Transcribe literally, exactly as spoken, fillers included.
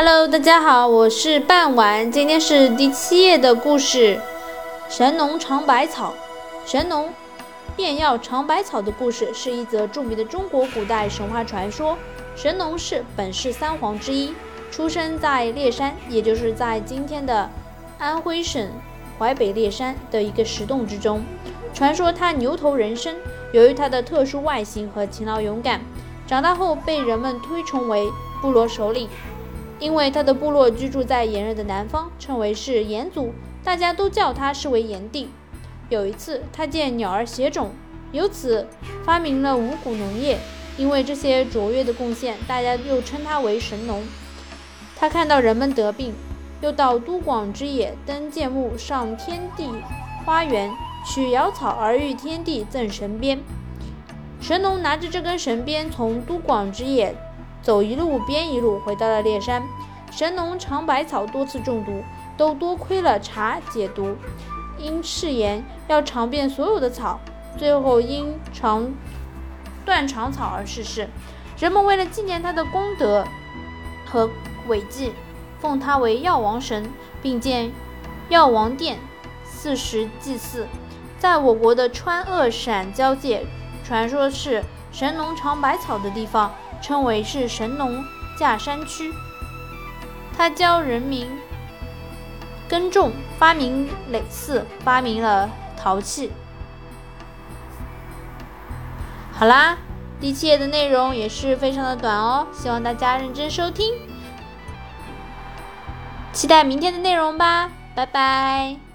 Hello， 大家好，我是半晚，今天是第七页的故事。神农尝百草。神农便要尝百草的故事是一则著名的中国古代神话传说。神农氏本是三皇之一，出生在烈山，也就是在今天的安徽省淮北烈山的一个石洞之中。传说他牛头人身，由于他的特殊外形和勤劳勇敢，长大后被人们推崇为部落首领。因为他的部落居住在炎热的南方，称为是炎族，大家都叫他是为炎帝。有一次，他见鸟儿携种，由此发明了五谷农业。因为这些卓越的贡献，大家又称他为神农。他看到人们得病，又到都广之野登剑木，上天地花园，取瑶草而育天地，赠神鞭。神农拿着这根神鞭，从都广之野走一路编一路，回到了烈山。神农尝百草多次中毒，都多亏了茶解毒，因誓言要尝遍所有的草，最后因尝断肠草而逝世。人们为了纪念他的功德和伟绩，奉他为药王神，并建药王殿，四时祭祀。在我国的川鄂陕交界，传说是神农尝百草的地方，称为是神农架山区。他教人民耕种，发明耒耜，发明了陶器。好啦，第七页的内容也是非常的短哦，希望大家认真收听，期待明天的内容吧，拜拜。